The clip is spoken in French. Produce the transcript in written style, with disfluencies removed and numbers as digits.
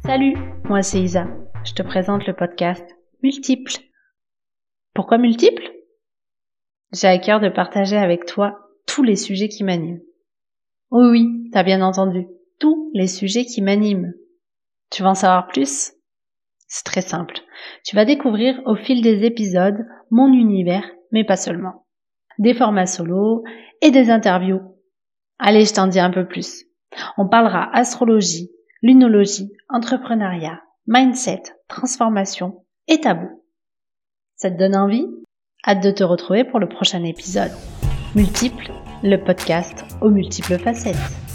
Salut, moi c'est Isa. Je te présente le podcast Multiple. Pourquoi multiple ? J'ai à cœur de partager avec toi tous les sujets qui m'animent. Oui, t'as bien entendu, tous les sujets qui m'animent. Tu veux en savoir plus ? C'est très simple. Tu vas découvrir au fil des épisodes mon univers, mais pas seulement. Des formats solo et des interviews. Allez, je t'en dis un peu plus. On parlera astrologie, lunologie, entrepreneuriat, mindset, transformation et tabou. Ça te donne envie ? Hâte de te retrouver pour le prochain épisode. Multiple, le podcast aux multiples facettes.